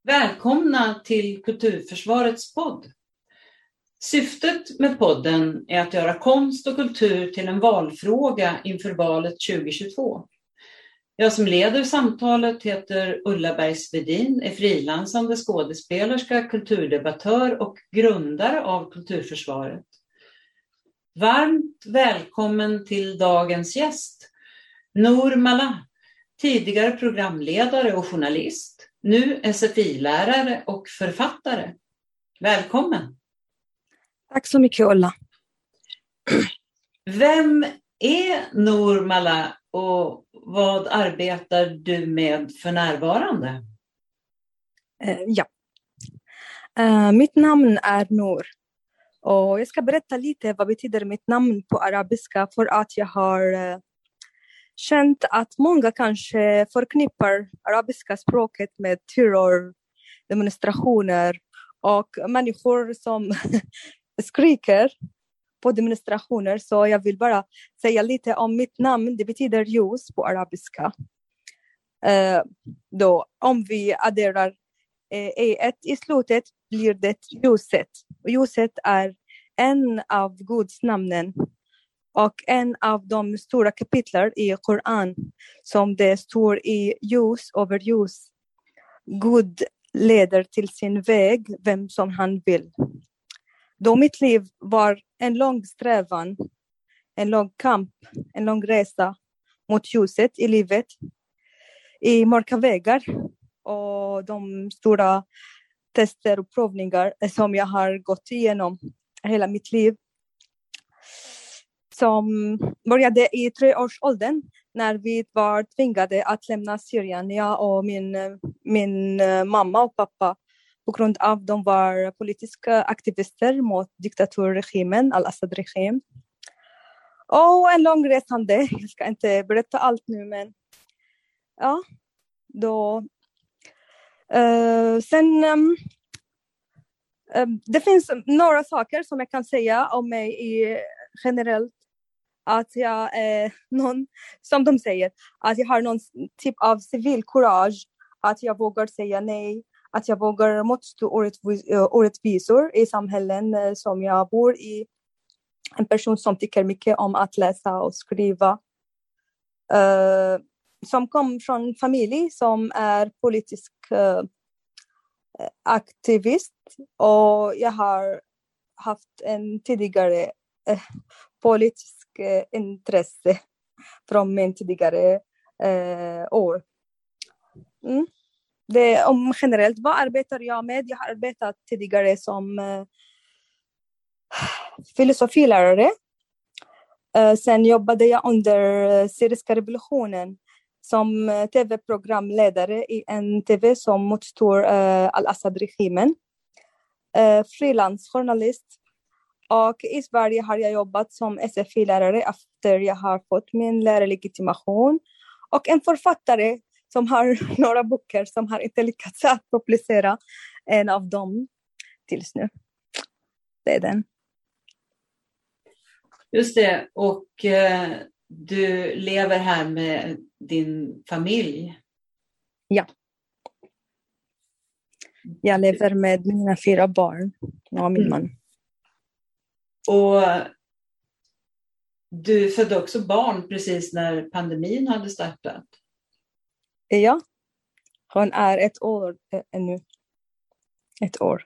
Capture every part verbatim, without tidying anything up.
Välkomna till Kulturförsvarets podd. Syftet med podden är att göra konst och kultur till en valfråga inför valet tjugo tjugotvå. Jag som leder samtalet heter Ulla Bergsvedin, är frilansande skådespelerska, kulturdebattör och grundare av Kulturförsvaret. Varmt välkommen till dagens gäst, Nour Mallah, tidigare programledare och journalist. Nu S F I-lärare och författare. Välkommen! Tack så mycket, Ulla. Vem är Nour Mallah och vad arbetar du med för närvarande? Uh, ja. Uh, mitt namn är Nour. Och jag ska berätta lite vad betyder mitt namn på arabiska för att jag har uh, känt att många kanske förknippar arabiska språket med terror, demonstrationer och människor som skriker på demonstrationer. Så jag vill bara säga lite om mitt namn. Det betyder ljus på arabiska. Uh, då, om vi adderar uh, ett i slutet blir det ljuset. Och ljuset är en av Guds namnen. Och en av de stora kapitler i Koran som det står i ljus över ljus. Gud leder till sin väg vem som han vill. Då mitt liv var en lång strävan, en lång kamp, en lång resa mot ljuset i livet. I mörka vägar och de stora tester och provningar som jag har gått igenom hela mitt liv. Som började i treårsåldern när vi var tvingade att lämna Syrien. Jag och min, min mamma och pappa på grund av att de var politiska aktivister mot diktaturregimen, Al-Assad-regim. Och en lång resande, jag ska inte berätta allt nu, men ja, då... Uh, sen... Um, uh, det finns några saker som jag kan säga om mig i generellt. Att jag är någon, som de säger, att jag har någon typ av civil courage. Att jag vågar säga nej. Att jag vågar motstå orättvisor i samhällen som jag bor i. En person som tycker mycket om att läsa och skriva. Uh, som kom från familj som är politisk uh, aktivist. Och jag har haft en tidigare uh, politisk uh, intresse från min tidigare uh, år. Mm. Det, om generellt, vad arbetar jag med? Jag har arbetat tidigare som uh, filosofilärare. Uh, sen jobbade jag under uh, syriska revolutionen som uh, tv-programledare i en tv som motstår uh, Al-Assad-regimen. Uh, frilansjournalist. Och i Sverige har jag jobbat som S F I-lärare efter jag har fått min lärarlegitimation. Och en författare som har några böcker som har inte lyckats att publicera en av dem tills nu. Det är den. Just det, och eh, du lever här med din familj. Ja. Jag lever med mina fyra barn och min man. Och du födde också barn precis när pandemin hade startat. Ja, hon är ett år ännu. Ett år.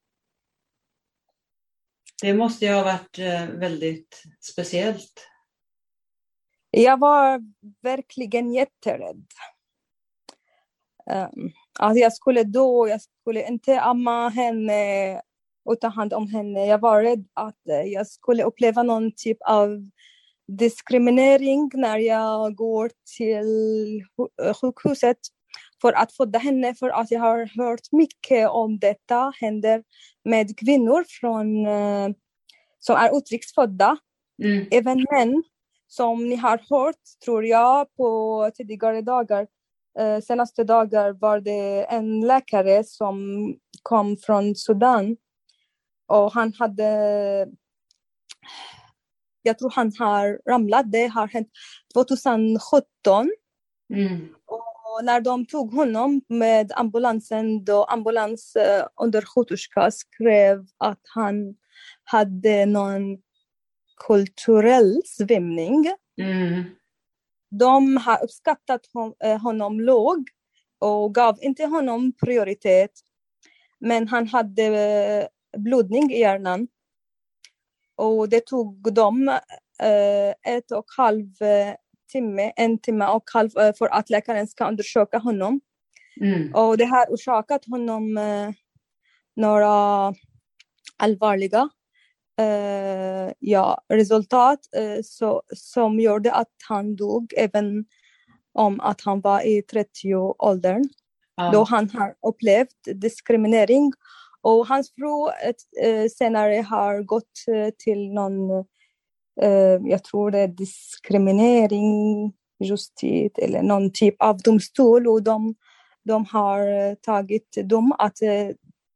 Det måste ju ha varit väldigt speciellt. Jag var verkligen jätterädd. Um, att jag skulle då, jag skulle inte amma henne och ta hand om henne. Jag var rädd att jag skulle uppleva någon typ av diskriminering när jag går till sjukhuset för att föda henne. För att jag har hört mycket om detta händer med kvinnor från, som är utrikesfödda. Mm. Även män som ni har hört, tror jag, på tidigare dagar. Senaste dagar var det en läkare som kom från Sudan. Och han hade... Jag tror han har ramlat. Det har hänt tjugo sjutton. Mm. Och Och när de tog honom med ambulansen, då ambulansundersköterska skrev att han hade någon kulturell svimning. Mm. De har uppskattat hon, honom låg och gav inte honom prioritet. Men han hade blodning i hjärnan. Och det tog dem eh, ett och halv timme, en timme och halv för att läkaren ska undersöka honom. Mm. Och det har orsakat honom eh, några allvarliga eh, ja, resultat eh, så, som gjorde att han dog även om att han var i trettio-åldern. Ja. Då han har upplevt diskriminering. Och hans fru eh, senare har gått eh, till någon, eh, jag tror det är diskriminering, justice eller någon typ av domstol. Och de, de har tagit dom att eh,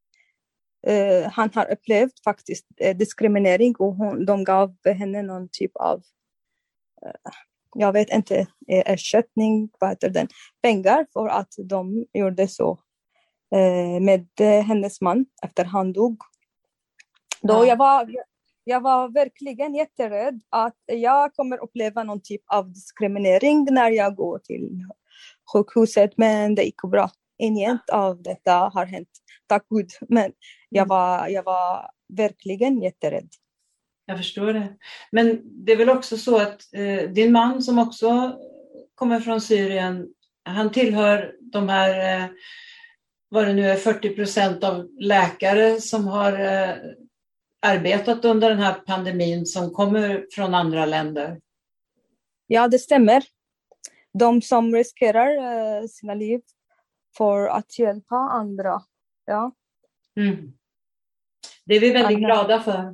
eh, han har upplevt faktiskt eh, diskriminering. Och hon, de gav henne någon typ av, eh, jag vet inte, ersättning, vad heter den, pengar för att de gjorde så. Med hennes man efter han dog. Då Ja. jag, var, jag var verkligen jätterädd att jag kommer uppleva någon typ av diskriminering när jag går till sjukhuset. Men det gick bra. Inget av detta har hänt. Tack Gud. Men jag var, jag var verkligen jätterädd. Jag förstår det. Men det är väl också så att eh, din man som också kommer från Syrien, han tillhör de här eh, vad det nu är, fyrtio procent av läkare som har eh, arbetat under den här pandemin som kommer från andra länder. Ja, det stämmer. De som riskerar eh, sina liv för att hjälpa andra. Ja. Mm. Det är vi väldigt han, glada för.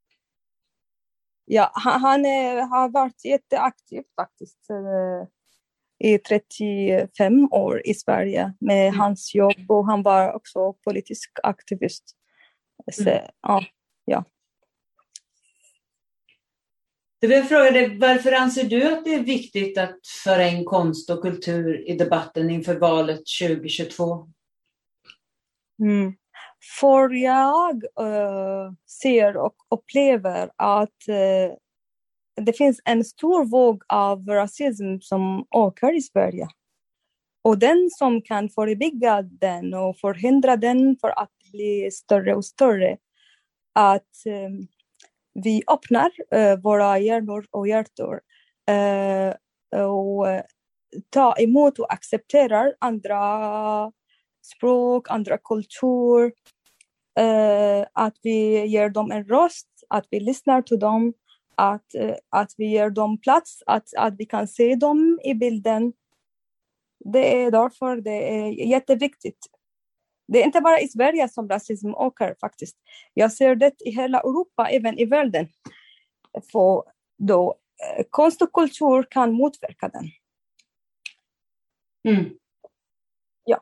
Ja, han, han är, har varit jätteaktiv faktiskt. Eh, i trettiofem år i Sverige med mm. hans jobb, och han var också politisk aktivist. Så, mm. ja, ja. Jag vill fråga dig, varför anser du att det är viktigt att föra in konst och kultur i debatten inför valet tjugo tjugotvå? Mm. För jag uh, ser och upplever att uh, det finns en stor våg av rasism som ökar i Sverige. Och den som kan förebygga den och förhindra den för att bli större och större. Att um, vi öppnar uh, våra hjärnor och hjärtor. Uh, och uh, tar emot och accepterar andra språk, andra kultur. Uh, att vi ger dem en röst. Att vi lyssnar till dem. Att, att vi ger dem plats, att, att vi kan se dem i bilden. Det är därför det är jätteviktigt. Det är inte bara i Sverige som rasism ökar faktiskt. Jag ser det i hela Europa, även i världen. För då konst och kultur kan motverka den. Mm. Ja.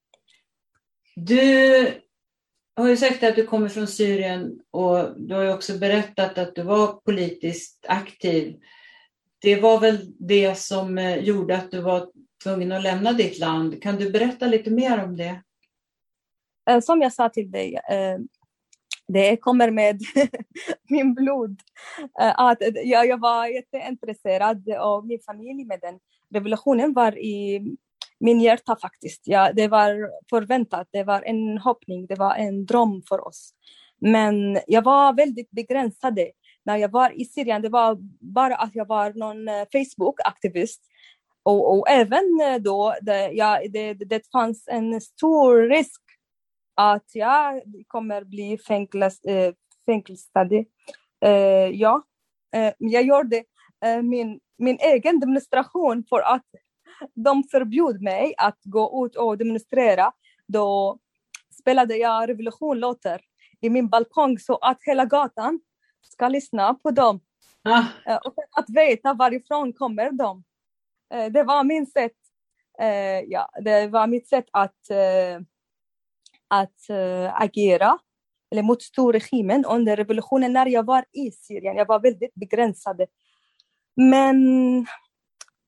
Du har ju sagt att du kommer från Syrien, och du har ju också berättat att du var politiskt aktiv. Det var väl det som gjorde att du var tvungen att lämna ditt land. Kan du berätta lite mer om det? Som jag sa till dig, det kommer med min blod. Att jag var jätteintresserad av min familj med den. Revolutionen var i min hjärta faktiskt. Ja, det var förväntat, det var en hoppning, det var en dröm för oss. Men jag var väldigt begränsad när jag var i Syrien. Det var bara att jag var någon Facebook-aktivist. Och, och även då, det, ja, det, det fanns en stor risk att jag kommer bli fänglas, äh, fängslad. Äh, ja, äh, jag gjorde äh, min, min egen demonstration för att de förbjöd mig att gå ut och demonstrera. Då spelade jag revolutionlåtar i min balkong så att hela gatan ska lyssna på dem. Ah. Och att veta varifrån kommer de. Det var min sätt, ja, det var mitt sätt att, att agera eller motstå regimen under revolutionen när jag var i Syrien. Jag var väldigt begränsad. Men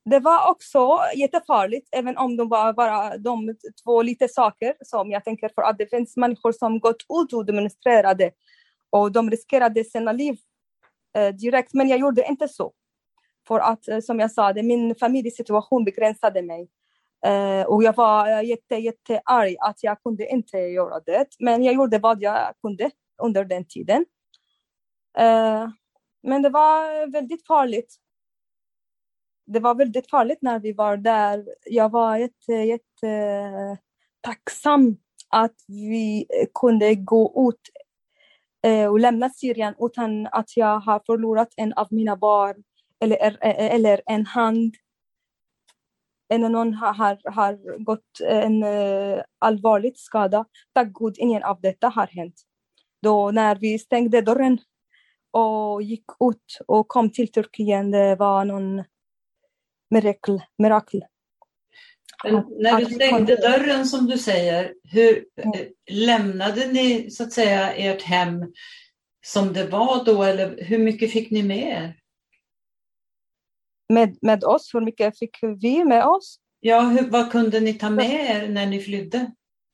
Det var också jättefarligt, även om de var bara de två lite saker som jag tänker, för att det finns människor som gått ut och demonstrerade och de riskerade sina liv eh, direkt, men jag gjorde inte så. För att, eh, som jag sa, det, min familjesituation begränsade mig. Eh, och jag var jätte, jätte arg att jag kunde inte göra det, men jag gjorde vad jag kunde under den tiden. Eh, men det var väldigt farligt. Det var väldigt farligt när vi var där. Jag var jätte, jätte tacksam att vi kunde gå ut eh, och lämna Syrien utan att jag har förlorat en av mina barn eller, eller en hand. Eller någon har, har, har gått en uh, allvarlig skada. Tack Gud, ingen av detta har hänt. Då när vi stängde dörren och gick ut och kom till Turkiet, det var någon mirakel. mirakel. Men när du stängde dörren, som du säger, hur mm. lämnade ni så att säga ert hem som det var då, eller hur mycket fick ni med er? Med, med oss? Hur mycket fick vi med oss? Ja, hur, vad kunde ni ta med er när ni flydde?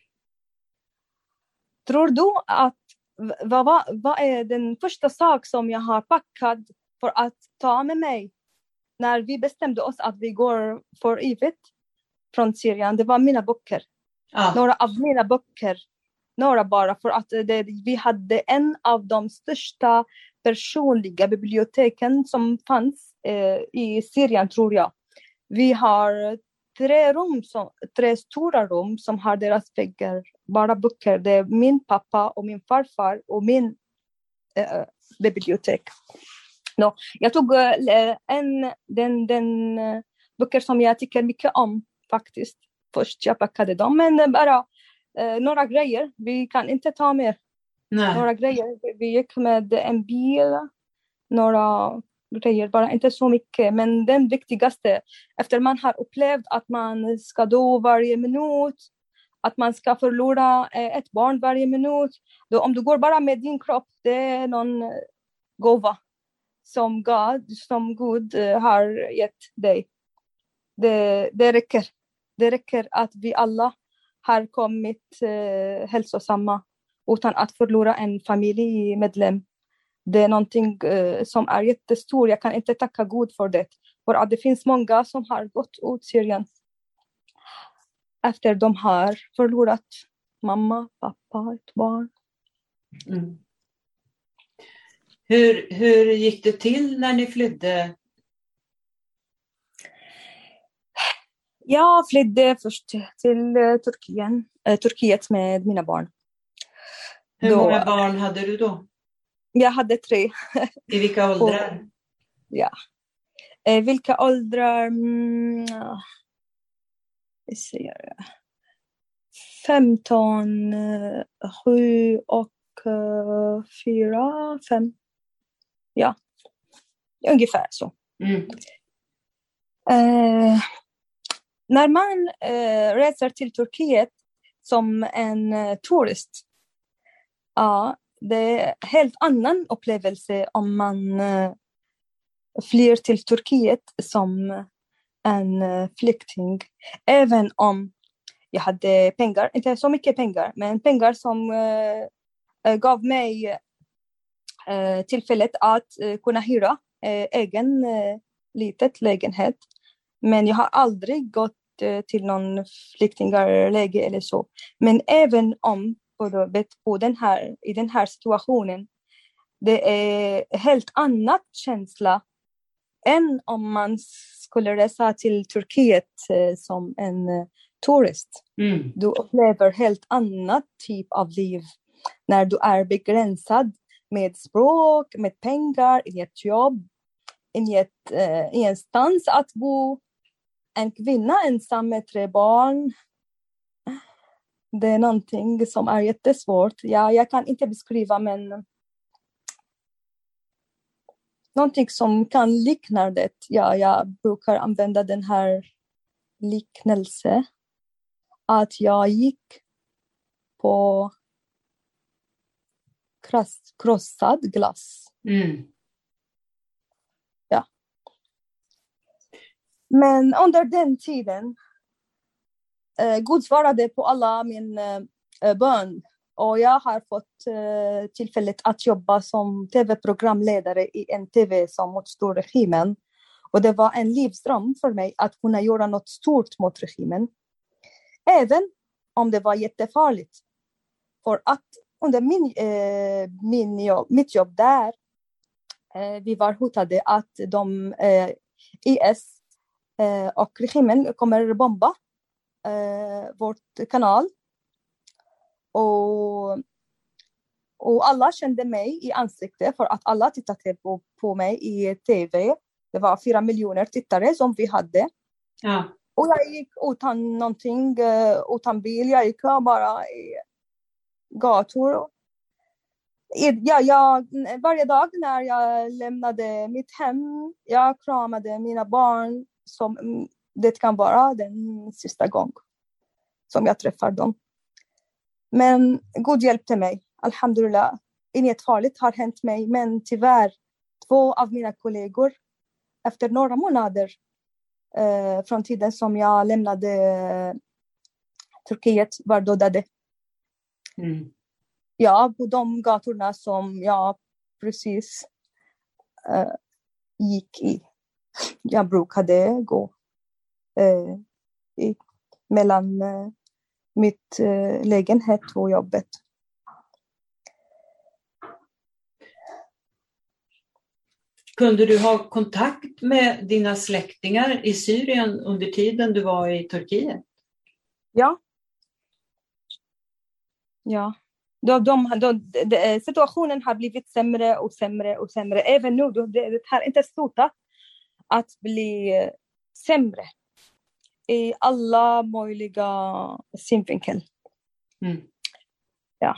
Tror du att vad, vad, vad är den första sak som jag har packat för att ta med mig när vi bestämde oss att vi går för evigt från Syrien? Det var mina böcker. Ah. Några av mina böcker. Några bara, för att det, vi hade en av de största personliga biblioteken som fanns eh, i Syrien, tror jag. Vi har tre rum, som, tre stora rum som har deras väggar, bara böcker. Det är min pappa och min farfar och min eh, bibliotek. No, jag tog eh, en, den, den eh, böcker som jag tycker mycket om faktiskt. Först jag packade dem, men bara eh, några grejer. Vi kan inte ta mer. Nej. Några grejer. Vi gick med en bil, några grejer, bara inte så mycket. Men den viktigaste, efter man har upplevt att man ska dö varje minut, att man ska förlora ett barn varje minut, då om du går bara med din kropp, det är någon gåva som God, som Gud har gett dig. Det, det räcker. Det räcker att vi alla har kommit eh, hälsosamma utan att förlora en familjemedlem. Det är någonting eh, som är jättestort. Jag kan inte tacka Gud för det. För att det finns många som har gått ut Syrien efter de har förlorat mamma, pappa, ett barn. Mm. Hur, hur gick det till när ni flydde? Jag flydde först till uh, Turkien, uh, Turkiet med mina barn. Hur då, många barn hade du då? Jag hade tre. I vilka åldrar? Och, ja. Eh, vilka åldrar? Mm, vi ser. femton, sju och uh, fyra, fem. Ja, ungefär så. Mm. Eh, när man eh, reser till Turkiet som en eh, turist, ja, det är en helt annan upplevelse om man eh, flyr till Turkiet som en eh, flykting. Även om jag hade pengar, inte så mycket pengar, men pengar som eh, gav mig eh, tillfället att eh, kunna hyra eh, egen eh, litet lägenhet. Men jag har aldrig gått eh, till någon flyktingläge eller så. Men även om på, på den här, i den här situationen, det är helt annan känsla än om man skulle resa till Turkiet eh, som en eh, turist. Mm. Du upplever helt annat typ av liv när du är begränsad med språk, med pengar, i ett jobb, i, ett, eh, i en stans att bo. En kvinna ensam med tre barn. Det är någonting som är jättesvårt. Ja, jag kan inte beskriva, men någonting som kan likna det. Ja, jag brukar använda den här liknelse. Att jag gick på kross, krossad glass. Mm. Ja. Men under den tiden eh, Gud svarade på alla min eh, bön. Och jag har fått eh, tillfället att jobba som tv-programledare i en tv som motstår regimen. Och det var en livsdröm för mig att kunna göra något stort mot regimen. Även om det var jättefarligt. För att under min, eh, min jobb, mitt jobb där, eh, vi var hotade att de eh, I S eh, och regimen kommer bomba eh, vårt kanal. Och, och alla kände mig i ansiktet för att alla tittade på, på mig i tv. Det var fyra miljoner tittare som vi hade. Ja. Och jag gick utan någonting, utan bil. Jag gick bara i gator. Ja, jag, varje dag när jag lämnade mitt hem, jag kramade mina barn som det kan vara den sista gången som jag träffar dem. Men Gud hjälpte mig. Alhamdulillah. Inget farligt har hänt mig. Men tyvärr, två av mina kollegor efter några månader eh, från tiden som jag lämnade eh, Turkiet var dödade. Mm. Ja, på de gatorna som jag precis eh, gick i. Jag brukade gå eh, i, mellan eh, mitt eh, lägenhet och jobbet. Kunde du ha kontakt med dina släktingar i Syrien under tiden du var i Turkiet? Ja. Ja. Då, de, då, de, situationen har blivit sämre och sämre och sämre. Även nu, då, det, det har inte slutat att bli sämre i alla möjliga synvinkel. Mm. Ja.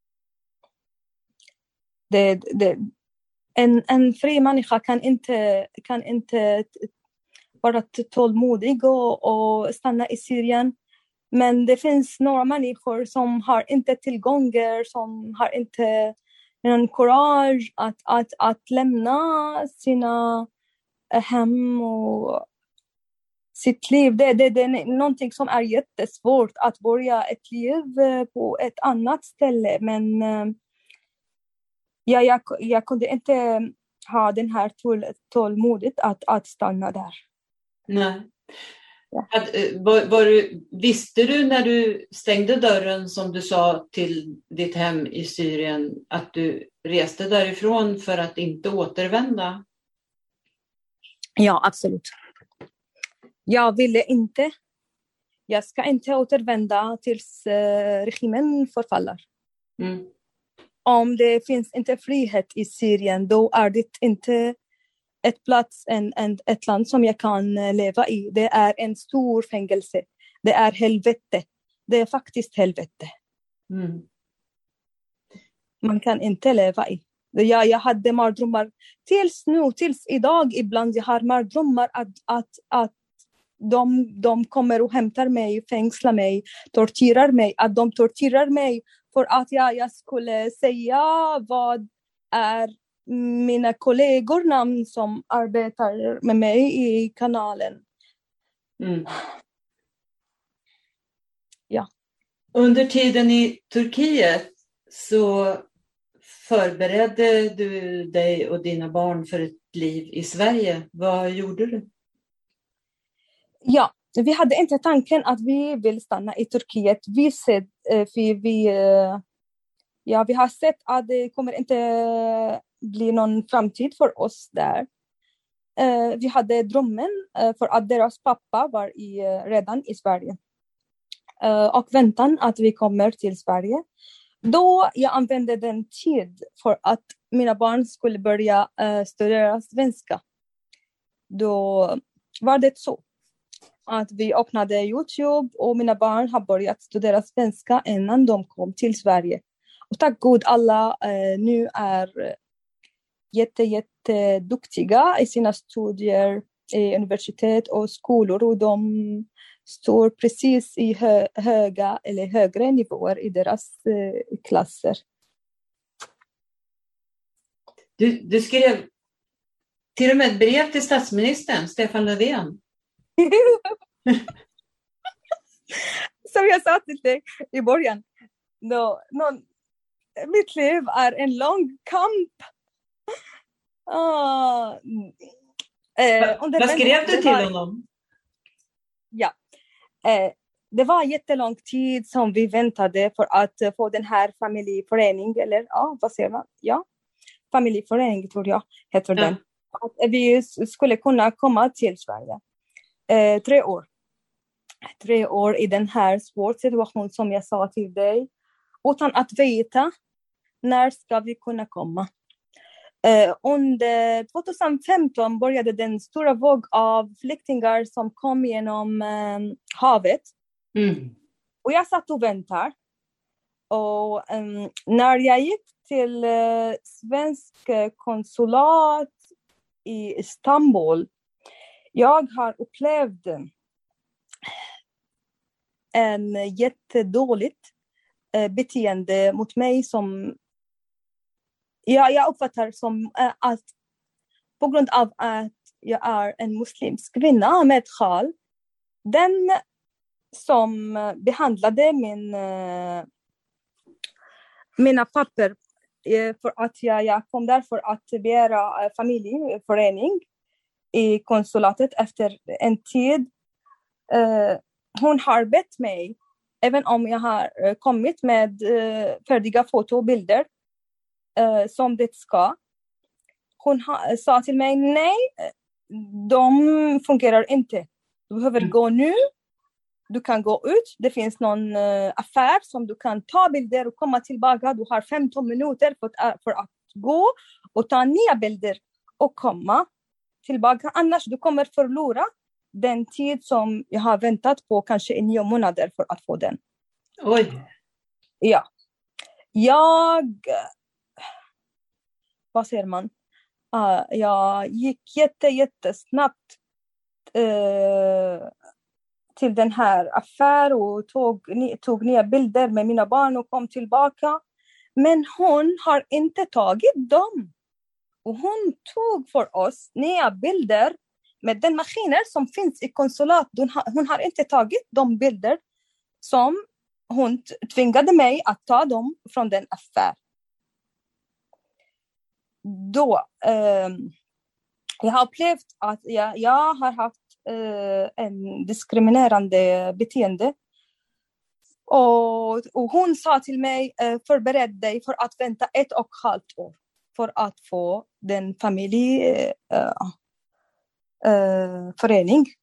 Det, det, en, en fri människa kan inte, kan inte vara tålmodig och, och stanna i Syrien. Men det finns några människor som har inte tillgångar, som har inte någon courage att, att, att lämna sina hem och sitt liv. Det, det, det är någonting som är jättesvårt att börja ett liv på ett annat ställe. Men ja, jag, jag kunde inte ha den här tål, tålmodet att, att stanna där. Nej. Ja. Att, var, var du, visste du när du stängde dörren som du sa till ditt hem i Syrien att du reste därifrån för att inte återvända? Ja, absolut. Jag ville inte. Jag ska inte återvända tills uh, regimen förfaller. Mm. Om det finns inte frihet i Syrien, då är det inte ett plats, en, en, ett land som jag kan leva i. Det är en stor fängelse. Det är helvete. Det är faktiskt helvete. Mm. Man kan inte leva i. Jag, jag hade mardrömmar tills nu, tills idag ibland. Jag har mardrömmar att, att, att de, de kommer och hämtar mig, fängslar mig, torterar mig. Att de torterar mig för att jag, jag skulle säga vad är mina kollegor namn som arbetar med mig i kanalen. Mm. Ja. Under tiden i Turkiet så förberedde du dig och dina barn för ett liv i Sverige. Vad gjorde du? Ja, vi hade inte tanken att vi vill stanna i Turkiet. Vi, sett, vi, vi, ja, vi har sett att det kommer inte bli någon framtid för oss där. Uh, vi hade drömmen uh, för att deras pappa var i, uh, redan i Sverige. Uh, och väntan att vi kommer till Sverige. Då jag använde den tid för att mina barn skulle börja uh, studera svenska. Då var det så att vi öppnade YouTube och mina barn har börjat studera svenska innan de kom till Sverige. Och tack Gud alla uh, nu är jätte, jätte duktiga i sina studier i universitet och skolor, och de står precis i hö, höga eller högre nivåer i deras eh, klasser. Du, du skrev till och med ett brev till statsministern, Stefan Löfven. Som jag sa till dig i början. Då, no, mitt liv är en lång kamp. Uh, eh, Vad skrev du till var, honom? Ja. Eh, det var jättelång tid som vi väntade för att få den här familjeförening. Eller ja, vad säger man? Ja, familjeförening tror jag heter ja. den. Att vi skulle kunna komma till Sverige. Eh, tre år. Tre år i den här svåra situationen som jag sa till dig. Utan att veta när ska vi kunna komma. Eh, under tjugohundrafemton började den stora våg av flyktingar som kom genom eh, havet. Mm. Och jag satt och väntade. Och um, när jag gick till uh, svensk konsulat i Istanbul, jag har upplevt en jättedåligt uh, beteende mot mig som ja, jag uppfattar som uh, att på grund av att jag är en muslimsk kvinna med sjal, den som behandlade min uh, mina papper uh, för att jag, jag kom där för att begära uh, familjeförening i konsulatet efter en tid. Uh, hon har bett mig, även om jag har uh, kommit med uh, färdiga fotobilder uh, som det ska. Hon ha, sa till mig, nej, de fungerar inte. Du behöver mm. gå nu. Du kan gå ut. Det finns någon uh, affär som du kan ta bilder och komma tillbaka. Du har femton minuter för att, för att gå och ta nya bilder och komma tillbaka. Annars du kommer förlora den tid som jag har väntat på, kanske i nio månader för att få den. Oj. Ja. Jag... Vad säger man? Uh, jag gick jätte, jättesnabbt uh, till den här affären och tog, tog nya bilder med mina barn och kom tillbaka. Men hon har inte tagit dem. Och hon tog för oss nya bilder med den maskiner som finns i konsulat. Hon har, hon har inte tagit de bilder som hon tvingade mig att ta dem från den affär. Då eh, jag har upplevt att jag, jag har haft eh, en diskriminerande beteende. Och, och hon sa till mig, eh, förbered dig för att vänta ett och ett halvt år för att få den familjeförening. Eh, eh,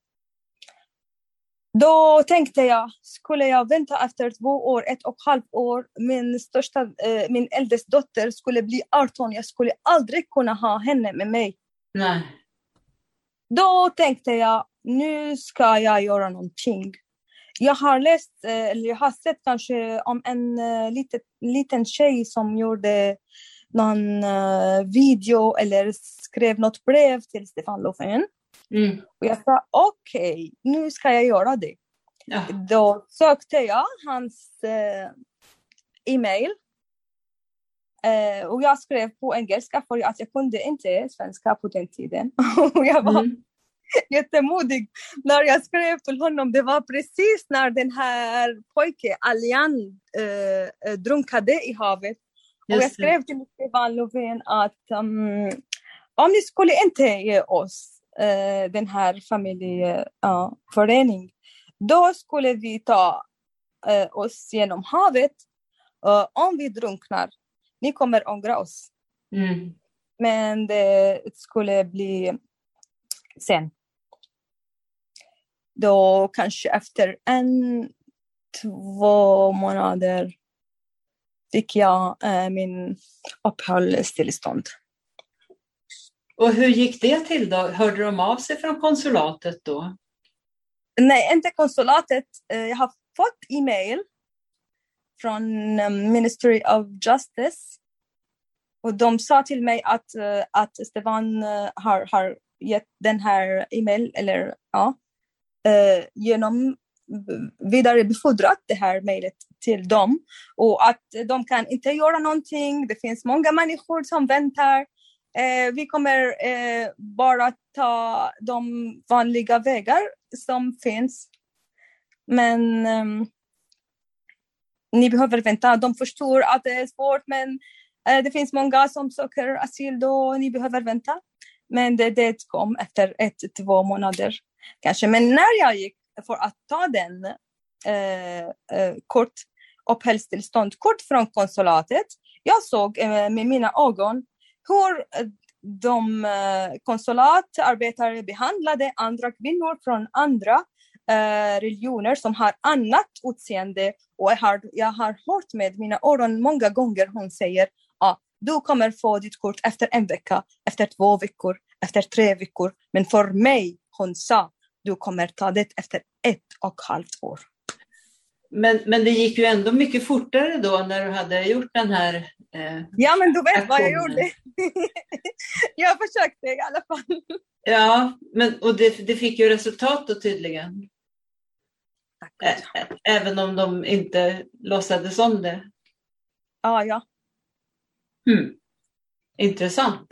Då tänkte jag, skulle jag vänta efter två år, ett och ett halvt år, min största, eh, min äldsta dotter skulle bli arton, jag skulle aldrig kunna ha henne med mig. Nej. Då tänkte jag, nu ska jag göra någonting. Jag har läst, eller jag har sett kanske om en uh, liten, liten tjej som gjorde någon uh, video eller skrev något brev till Stefan Löfven. Mm. Och jag sa, okej, okay, nu ska jag göra det. Ja. Då sökte jag hans uh, e-mail. Uh, och jag skrev på engelska för att jag kunde inte svenska på den tiden. Och jag var mm. jättemodig när jag skrev till honom. Det var precis när den här pojken, Alian, uh, drunkade i havet. Just och jag skrev till Stefan Löfven att um, om ni skulle inte ge oss Uh, den här familjeföreningen, uh, då skulle vi ta uh, oss genom havet. Uh, om vi drunknar, ni kommer ångra oss. Mm. Men det skulle bli sen. Då kanske efter en, två månader fick jag uh, min uppehållstillstånd. Och hur gick det till då? Hörde de av sig från konsulatet då? Nej, inte konsulatet. Jag har fått e-mail från Ministry of Justice. Och de sa till mig att, att Stefan har, har gett den här e-mail eller ja, genom vidarebefordrat det här mejlet till dem. Och att de kan inte göra någonting. Det finns många människor som väntar. Eh, vi kommer eh, bara ta de vanliga vägar som finns. Men eh, ni behöver vänta. De förstår att det är svårt, men eh, det finns många som söker asyl då. Ni behöver vänta. Men det, det kom efter ett, två månader kanske. Men när jag gick för att ta den eh, eh, kort uppehållstillstånd, kort från konsulatet, jag såg eh, med mina ögon hur de eh, konsulatarbetare behandlade andra kvinnor från andra eh, religioner som har annat utseende. Och jag har, jag har hört med mina öron många gånger hon säger ah, du kommer få ditt kort efter en vecka, efter två veckor, efter tre veckor. Men för mig, hon sa, du kommer ta det efter ett och ett halvt år. Men, men det gick ju ändå mycket fortare då när du hade gjort den här eh, ja, men du vet aktionen. Vad jag gjorde. Jag försökte i alla fall. Ja, men, och det, det fick ju resultat då tydligen. Ä, även om de inte låtsades om det. Ah, ja. Hmm. Intressant.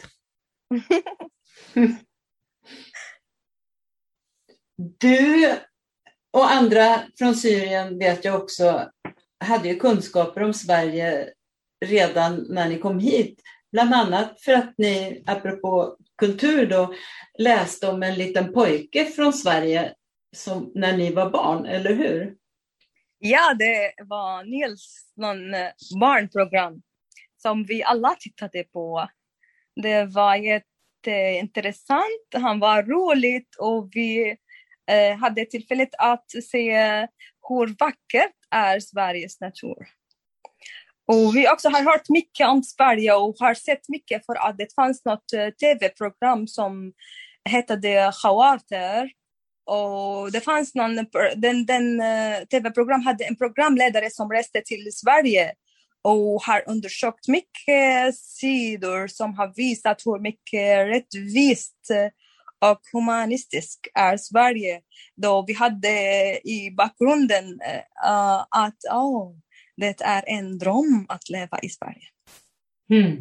Du och andra från Syrien vet jag också hade ju kunskaper om Sverige redan när ni kom hit. Bland annat för att ni, apropå kultur då, läste om en liten pojke från Sverige som, när ni var barn, eller hur? Ja, det var Nils någon barnprogram som vi alla tittade på. Det var jätteintressant, han var roligt och vi eh, hade tillfället att se hur vackert är Sveriges natur. Och vi också har hört mycket om Sverige och har sett mycket för att det fanns något tv-program som hette Khawater. Och det fanns någon, den, den uh, tv-program hade en programledare som reste till Sverige och har undersökt mycket sidor som har visat hur mycket rättvist och humanistisk är Sverige. Då vi hade i bakgrunden uh, att oh, det är en dröm att leva i Sverige. Mm.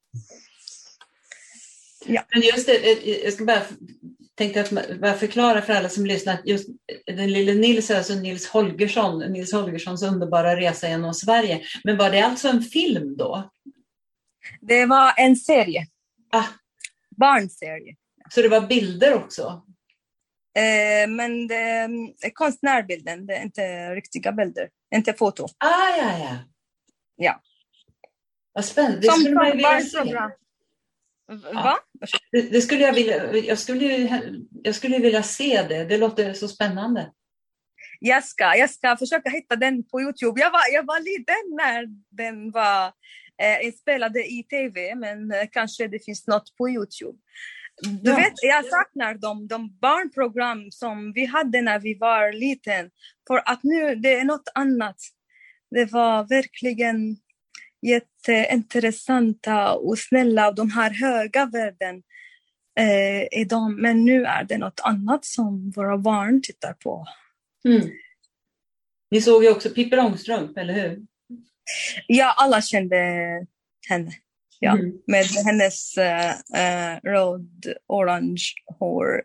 Ja. Men just det, jag ska bara tänkte att bara förklara för alla som lyssnar att just den lille Nils, alltså Nils Holgersson, Nils Holgerssons underbara resa genom Sverige. Men var det alltså en film då? Det var en serie. Ah. Barnserie. Så det var bilder också? Eh, men det är konstnärbilden, det är inte riktiga bilder, inte foto. Ah, ja, ja. Ja. Vad spännande. Det som skulle man vilja se. Va? Ja. Det, det skulle jag vilja, jag skulle, jag skulle vilja se det. Det låter så spännande. Jag ska, jag ska försöka hitta den på YouTube. Jag var, jag var liten när den var eh, inspelad i tv, men eh, kanske det finns något på YouTube. Du ja. vet, jag saknar de, de barnprogram som vi hade när vi var liten. För att nu det är något annat. Det var verkligen jätteintressanta och snälla och de här höga värden eh, är de. Men nu är det något annat som våra barn tittar på. Mm. Ni såg ju också Pippi Långstrump, eller hur? Ja, alla kände henne. Ja, mm. Med hennes uh, uh, röd, orange hår.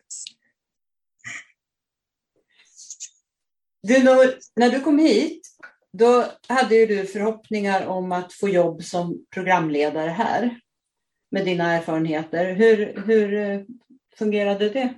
Du, när, när du kom hit, då hade ju du förhoppningar om att få jobb som programledare här med dina erfarenheter. Hur, hur fungerade det?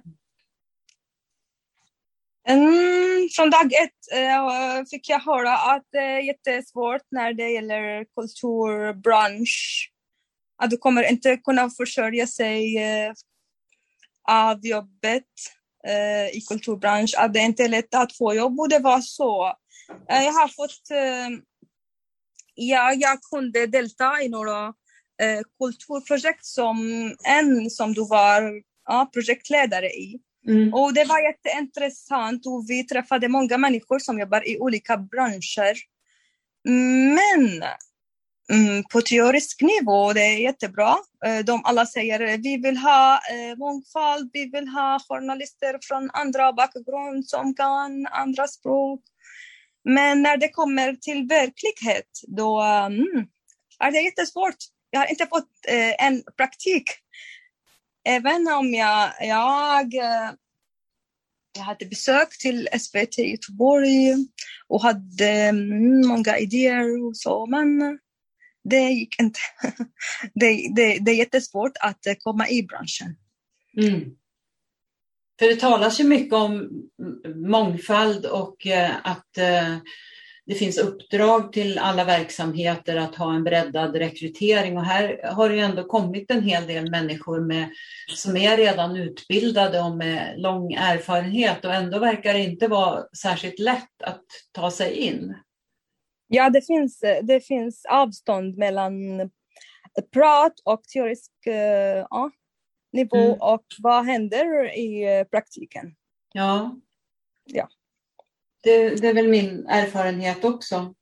Mm, från dag ett uh, fick jag höra att det är jättesvårt när det gäller kulturbransch. Att du kommer inte kunna försörja sig uh, av jobbet uh, i kulturbransch. Att det inte är lätt att få jobb. Och det var så. Uh, jag har fått... Uh, ja, jag kunde delta i några uh, kulturprojekt som en som du var uh, projektledare i. Mm. Och det var jätteintressant och vi träffade många människor som jobbar i olika branscher. Men mm, på teorisk nivå det är jättebra. De alla säger vi vill ha eh, mångfald, vi vill ha journalister från andra bakgrund som kan andra språk. Men när det kommer till verklighet då mm, är det jättesvårt. jag har inte fått eh, en praktik. Även om jag, jag, eh, jag hade besök till S V T i Göteborg och hade mm, många idéer och så, men det gick inte. det, det, det är jättesvårt att komma i branschen. Mm. För det talas ju mycket om mångfald och eh, att eh, det finns uppdrag till alla verksamheter att ha en breddad rekrytering. Och här har det ju ändå kommit en hel del människor med, som är redan utbildade och med lång erfarenhet. Och ändå verkar det inte vara särskilt lätt att ta sig in. Ja, det finns, det finns avstånd mellan prat och teorisk uh, ja, nivå mm. och vad händer i praktiken. Ja, ja. Det, det är väl min erfarenhet också.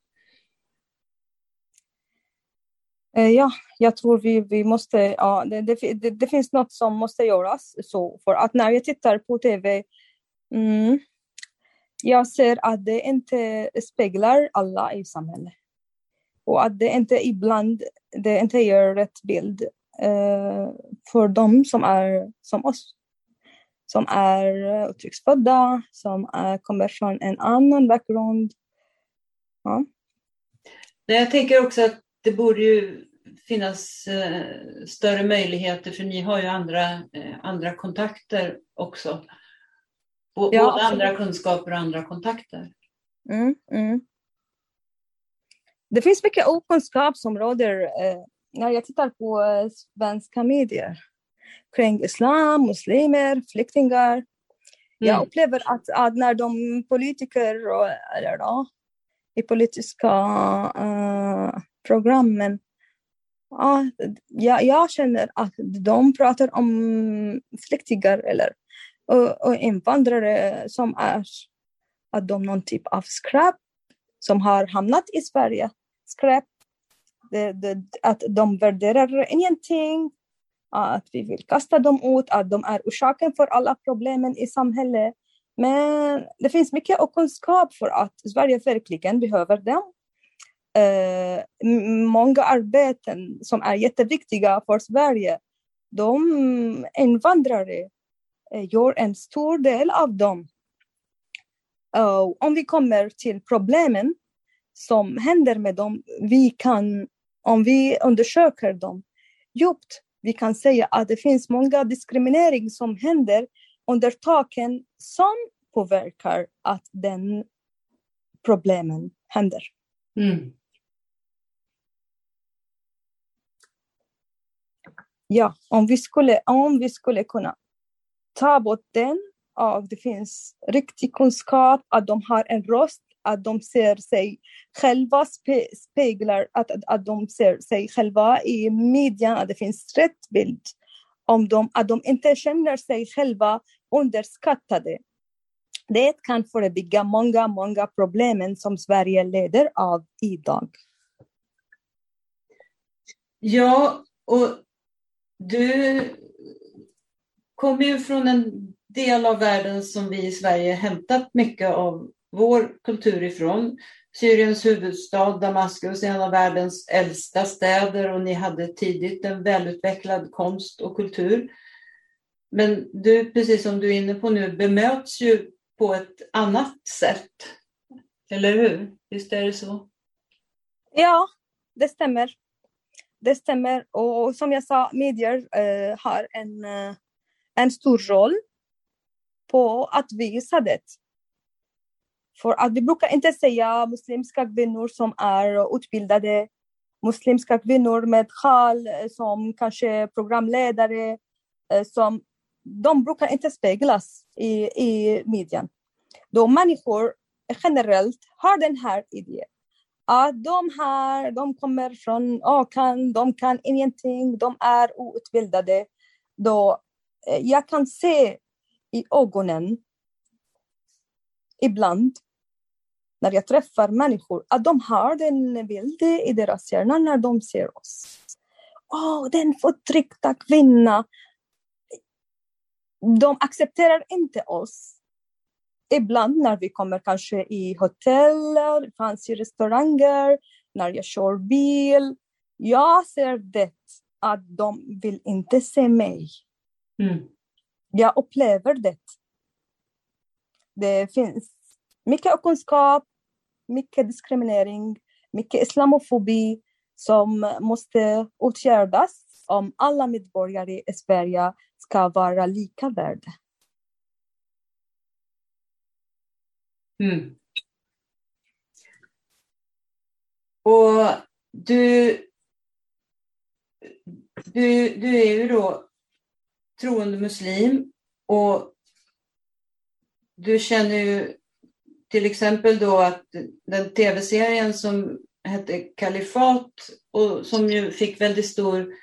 Uh, ja, jag tror vi, vi måste, ja, det, det, det, det finns något som måste göras. Så för att när jag tittar på tv, mm, jag ser att det inte speglar alla i samhället. Och att det inte ibland, det inte ger rätt bild uh, för dem som är som oss. Som är uttrycksfödda, som är, kommer från en annan bakgrund. Ja. Jag tänker också att det borde ju finnas uh, större möjligheter, för ni har ju andra, uh, andra kontakter också. B- Ja, både absolut. andra kunskaper och andra kontakter. Mm, mm. Det finns mycket okunskapsområden uh, när jag tittar på uh, svenska medier. Kring islam, muslimer, flyktingar. Mm. Jag upplever att, att när de politiker eller då, i politiska uh, programmen, uh, jag, jag känner att de pratar om flyktingar eller och, och invandrare som är att de någon typ av skräp som har hamnat i Sverige. Skräp. Det, det, att de värderar ingenting. Att vi vill kasta dem ut, att de är orsaken för alla problemen i samhället. Men det finns mycket okunskap för att Sverige verkligen behöver dem. Eh, många arbeten som är jätteviktiga för Sverige, de invandrare eh, gör en stor del av dem. Uh, om vi kommer till problemen som händer med dem, vi kan, om vi undersöker dem djupt, vi kan säga att det finns många diskriminering som händer under taken som påverkar att den problemen händer. Mm. Ja, om vi skulle, om vi skulle kunna ta bort den och det finns riktig kunskap, att de har en röst, att de ser sig själva spe, speglar, att, att, att de ser sig själva i media, att det finns rätt bild om dem, att de inte känner sig själva underskattade. Det kan förebygga många, många problem som Sverige leder av idag. Ja, och du kommer ju från en del av världen som vi i Sverige hämtat mycket av vår kultur ifrån. Syriens huvudstad Damaskus är en av världens äldsta städer och ni hade tidigt en välutvecklad konst och kultur. Men du, precis som du är inne på nu, bemöts ju på ett annat sätt. Eller hur? Visst är det så? Ja, det stämmer. Det stämmer. Och som jag sa, medier eh, har en, eh, en stor roll på att visa det. För att vi brukar inte säga muslimska kvinnor som är utbildade, muslimska kvinnor med sjal som kanske programledare, som de brukar inte speglas i, i medien. Då människor generellt har den här idén. Att de här, de kommer från Akan, de kan ingenting, de är outbildade. Då jag kan se i ögonen ibland när jag träffar människor att de har den bilden i deras hjärna när de ser oss. Åh, oh, den förtryckta kvinna. De accepterar inte oss. Ibland när vi kommer kanske i hoteller, fanns i restauranger, när jag kör bil, Jag ser det att de vill inte se mig. Mm. Jag upplever det. Det finns mycket okunskap, mycket diskriminering, mycket islamofobi som måste åtgärdas om alla medborgare i Sverige ska vara lika värda. Mm. Och du, du, du är ju då troende muslim och du känner ju till exempel då att den tv-serien som hette Kalifat och som ju fick väldigt stor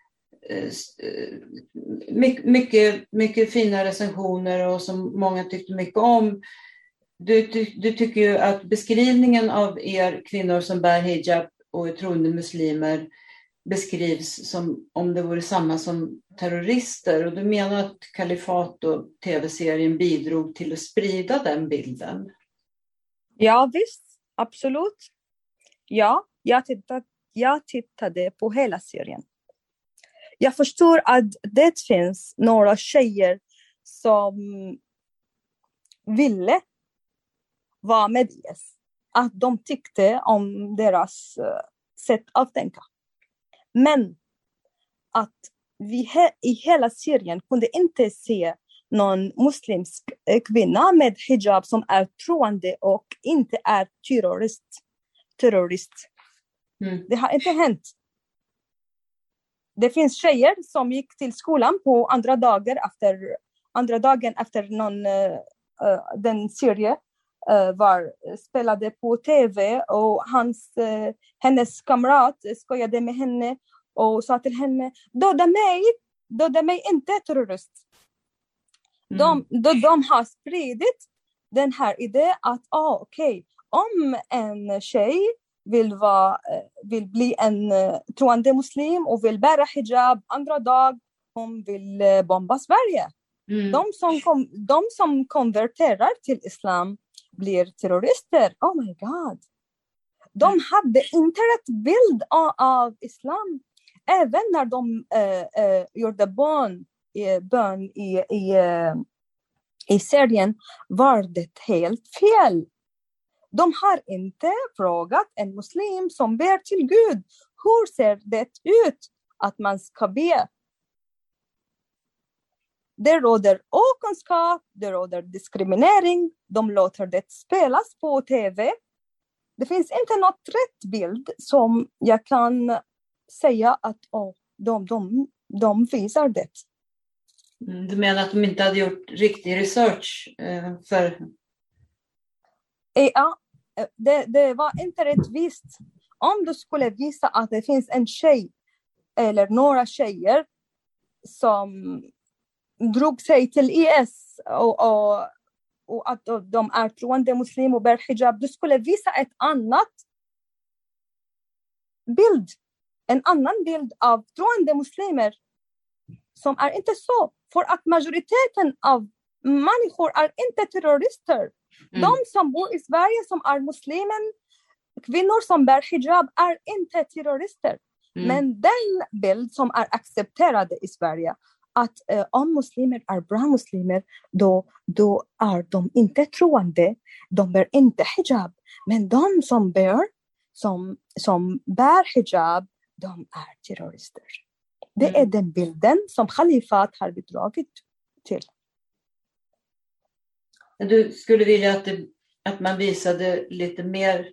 mycket, mycket fina recensioner och som många tyckte mycket om. Du, du, du tycker ju att beskrivningen av er kvinnor som bär hijab och är troende muslimer beskrivs som om det vore samma som terrorister. Och du menar att Kalifat och tv-serien bidrog till att sprida den bilden? Ja visst, absolut. Ja, jag tittade, jag tittade på hela serien. Jag förstår att det finns några tjejer som ville vara med I S. Att de tyckte om deras uh, sätt att tänka. Men att vi he- i hela serien kunde inte se någon muslimsk kvinna med hijab som är troende och inte är terrorist. terrorist. Mm. Det har inte hänt. Det finns tjejer som gick till skolan på andra dagar efter andra dagen efter någon uh, den serie uh, var spelade på tv och hans uh, hennes kamrat skojade med henne och sa till henne döda mig, döda mig inte terrorist. Mm. De, de, de har spridit den här idén att ah, okej, okay, om en tjej vill, vara, vill bli en uh, troende muslim och vill bära hijab andra dag, hon vill uh, bomba Sverige. Mm. De, som kom, de som konverterar till islam blir terrorister. Oh my god. De mm. hade inte rätt bild av, av islam. Även när de uh, uh, gjorde bön, uh, bön i, i, uh, i serien var det helt fel. De har inte frågat en muslim som ber till Gud. Hur ser det ut att man ska be? Det råder okunskap, det råder diskriminering. De låter det spelas på tv. Det finns inte något rätt bild som jag kan säga att oh, de, de, de visar det. Du menar att de inte hade gjort riktig research eh, för... Ja, det, det var inte rättvist. Om du skulle visa att det finns en tjej eller några tjejer som drog sig till I S och, och, och att de är troende muslim och bär hijab, du skulle visa ett annat bild. En annan bild av troende muslimer som är inte så. För att majoriteten av människor är inte terrorister. Mm. De som bor i Sverige som är muslimer, kvinnor som bär hijab är inte terrorister. Mm. Men den bild som är accepterad i Sverige att eh, om muslimer är bra muslimer då, då är de inte troende, de bär inte hijab. Men de som bär, som, som bär hijab, de är terrorister. Det mm. är den bilden som Kalifat har bidragit till. Du skulle vilja att, det, att man visade lite mer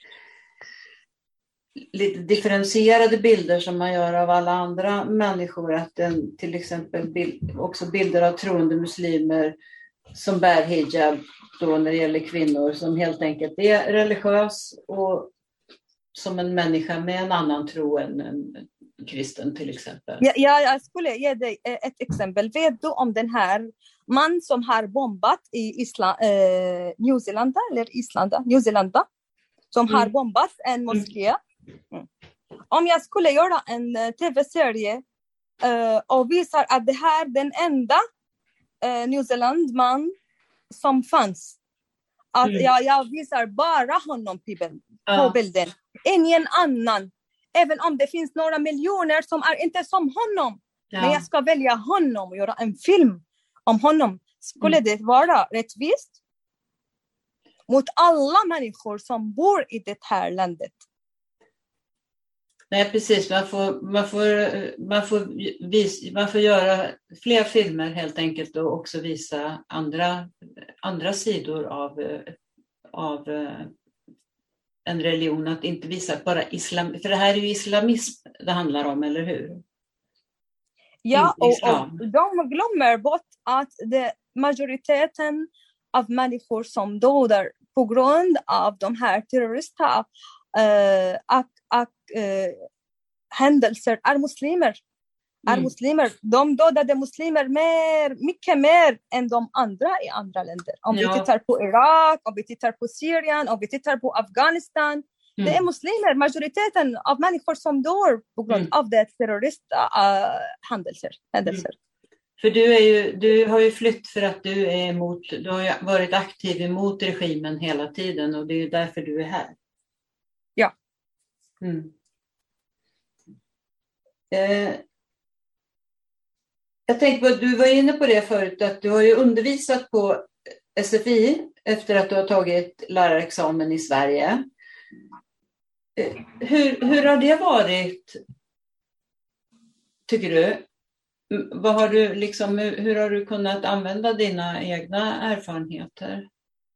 lite differentierade bilder som man gör av alla andra människor, att den, till exempel bild, också bilder av troende muslimer som bär hijab då när det gäller kvinnor som helt enkelt är religiös och som en människa med en annan tro än en kristen till exempel. Ja, jag skulle ge dig ett exempel. Vet du om den här man som har bombat i Island, eh, New Zealand eller Island, New Zealand som mm. har bombat en moské. Mm. Om jag skulle göra en tv-serie uh, och visar att det här är den enda uh, New Zealand-man som fanns. Att mm. jag, jag visar bara honom på, bild, ja. på bilden. Ingen annan. Även om det finns några miljoner som är inte som honom. Ja. Men jag ska välja honom och göra en film om honom. Skulle mm. det vara rättvist? Mot alla människor som bor i det här landet. Nej, precis. Man får, man får, man får, vis, man får göra fler filmer helt enkelt och också visa andra, andra sidor av, av en religion. Att inte visa bara islam. För det här är ju islamism det handlar om, eller hur? Ja, och, och de glömmer bort att det, majoriteten av människor som dödar på grund av de här terroristerna uh, att, att, uh, händelser är muslimer. Mm. Är muslimer. De dödade muslimer mer, mycket mer än de andra i andra länder. Om ja. vi tittar på Irak, om vi tittar på Syrien, om vi tittar på Afghanistan. Mm. Det är muslimer, majoriteten av människor som dör på grund mm. av det terroristhändelser. Uh, händelser. Mm. För du, är ju, du har ju flytt för att du är emot, du har varit aktiv emot regimen hela tiden och det är ju därför du är här. Ja. Mm. Eh, jag tänkte på att du var inne på det förut, att du har ju undervisat på S F I efter att du har tagit lärarexamen i Sverige. Eh, hur, hur har det varit, tycker du? Vad har du liksom, hur har du kunnat använda dina egna erfarenheter?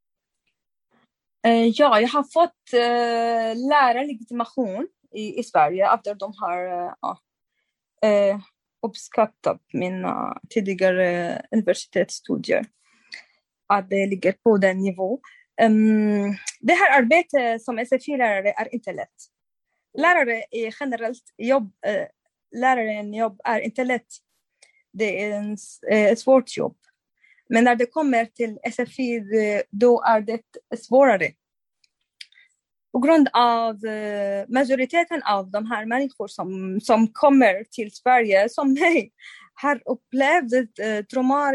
Uh, ja, jag har fått uh, lärarlegitimation i, i Sverige efter de har uh, uh, uppskattat mina tidigare universitetsstudier. Att det ligger på den nivå. Um, det här arbetet som S F I-lärare är inte lätt. Lärare är generellt jobb, uh, läraren jobb är inte lätt. Det är en, ett svårt jobb. Men när det kommer till S F I, då är det svårare. På grund av majoriteten av de här människor som, som kommer till Sverige, som mig, har upplevt trauma,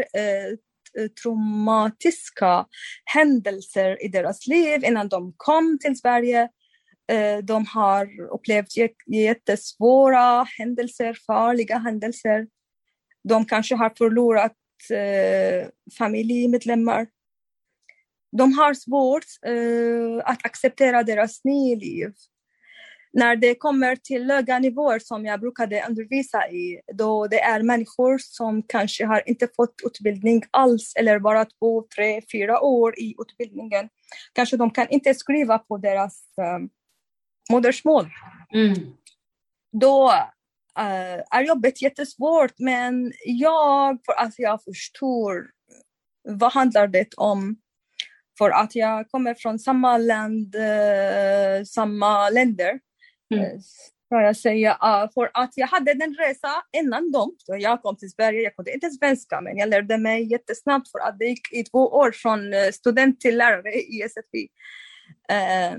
traumatiska händelser i deras liv innan de kom till Sverige. De har upplevt jättesvåra händelser, farliga händelser. De kanske har förlorat eh, familjemedlemmar. De har svårt eh, att acceptera deras nya liv. När det kommer till höga nivåer som jag brukade undervisa i, då det är människor som kanske har inte fått utbildning alls eller bara två, tre, fyra år i utbildningen. Kanske de kan inte skriva på deras eh, modersmål. Mm. Då Uh, är jobbet jättesvårt, men jag, för att jag förstår vad handlar det om, för att jag kommer från samma land, uh, samma länder, mm. uh, ska jag säga, uh, för att jag hade den resa innan dem, så jag kom till Sverige, jag kunde inte svenska, men jag lärde mig jättesnabbt för att det gick i två år från student till lärare i S F I. Uh,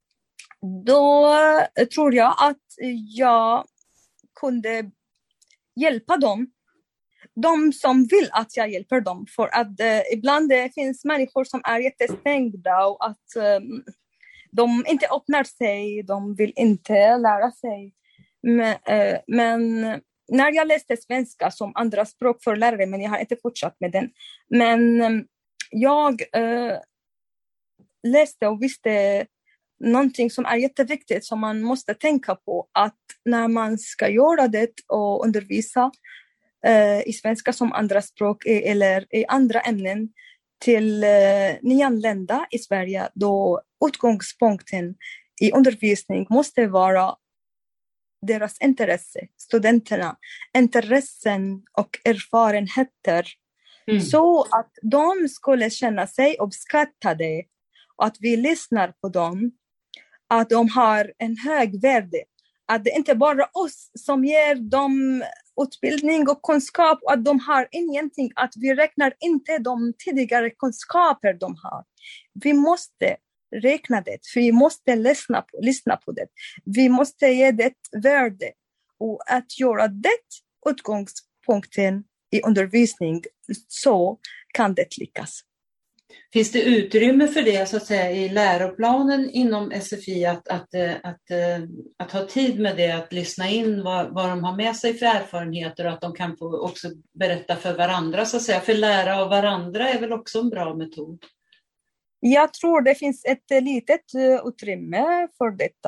då tror jag att jag kunde hjälpa dem. De som vill att jag hjälper dem. För att eh, ibland det finns människor som är jättestängda och att eh, de inte öppnar sig. De vill inte lära sig. Men, eh, men när jag läste svenska som andra språk för lärare, men jag har inte fortsatt med den. Men eh, jag eh, läste och visste någonting som är jätteviktigt som man måste tänka på, att när man ska göra det och undervisa eh, i svenska som andra språk eller i andra ämnen till eh, nyanlända i Sverige, då utgångspunkten i undervisning måste vara deras intresse, studenterna, intressen och erfarenheter, mm. så att de skulle känna sig uppskattade och att vi lyssnar på dem. Att de har en hög värde. Att det inte bara oss som ger dem utbildning och kunskap. Och att de har ingenting. Att vi räknar inte de tidigare kunskaper de har. Vi måste räkna det. Vi måste lyssna på, lyssna på det. Vi måste ge det värde. Och att göra det utgångspunkten i undervisning, så kan det lyckas. Finns det utrymme för det så att säga i läroplanen inom S F I att, att, att, att, att ha tid med det, att lyssna in vad, vad de har med sig för erfarenheter och att de kan få också berätta för varandra så att säga. För lära av varandra är väl också en bra metod? Jag tror det finns ett litet utrymme för detta.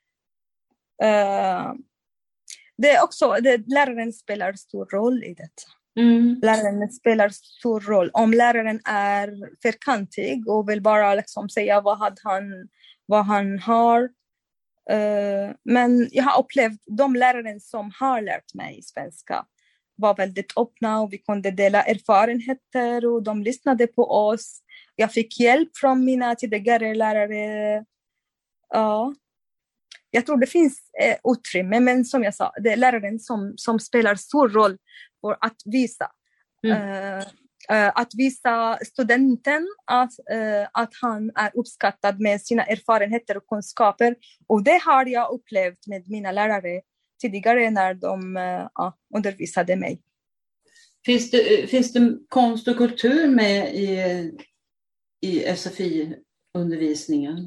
Uh, det är också, det, läraren spelar stor roll i detta. Mm. Läraren spelar stor roll. Om läraren är fyrkantig och vill bara liksom säga vad han, vad han har. Uh, men jag har upplevt de läraren som har lärt mig svenska var väldigt öppna och vi kunde dela erfarenheter och de lyssnade på oss. Jag fick hjälp från mina tidigare lärare. Ja. Jag tror det finns eh, utrymme, men som jag sa, det är läraren som, som spelar stor roll för att visa. Mm. Uh, uh, att visa studenten att, uh, att han är uppskattad med sina erfarenheter och kunskaper. Och det har jag upplevt med mina lärare tidigare när de uh, undervisade mig. Finns det, finns det konst och kultur med i, i S F I-undervisningen?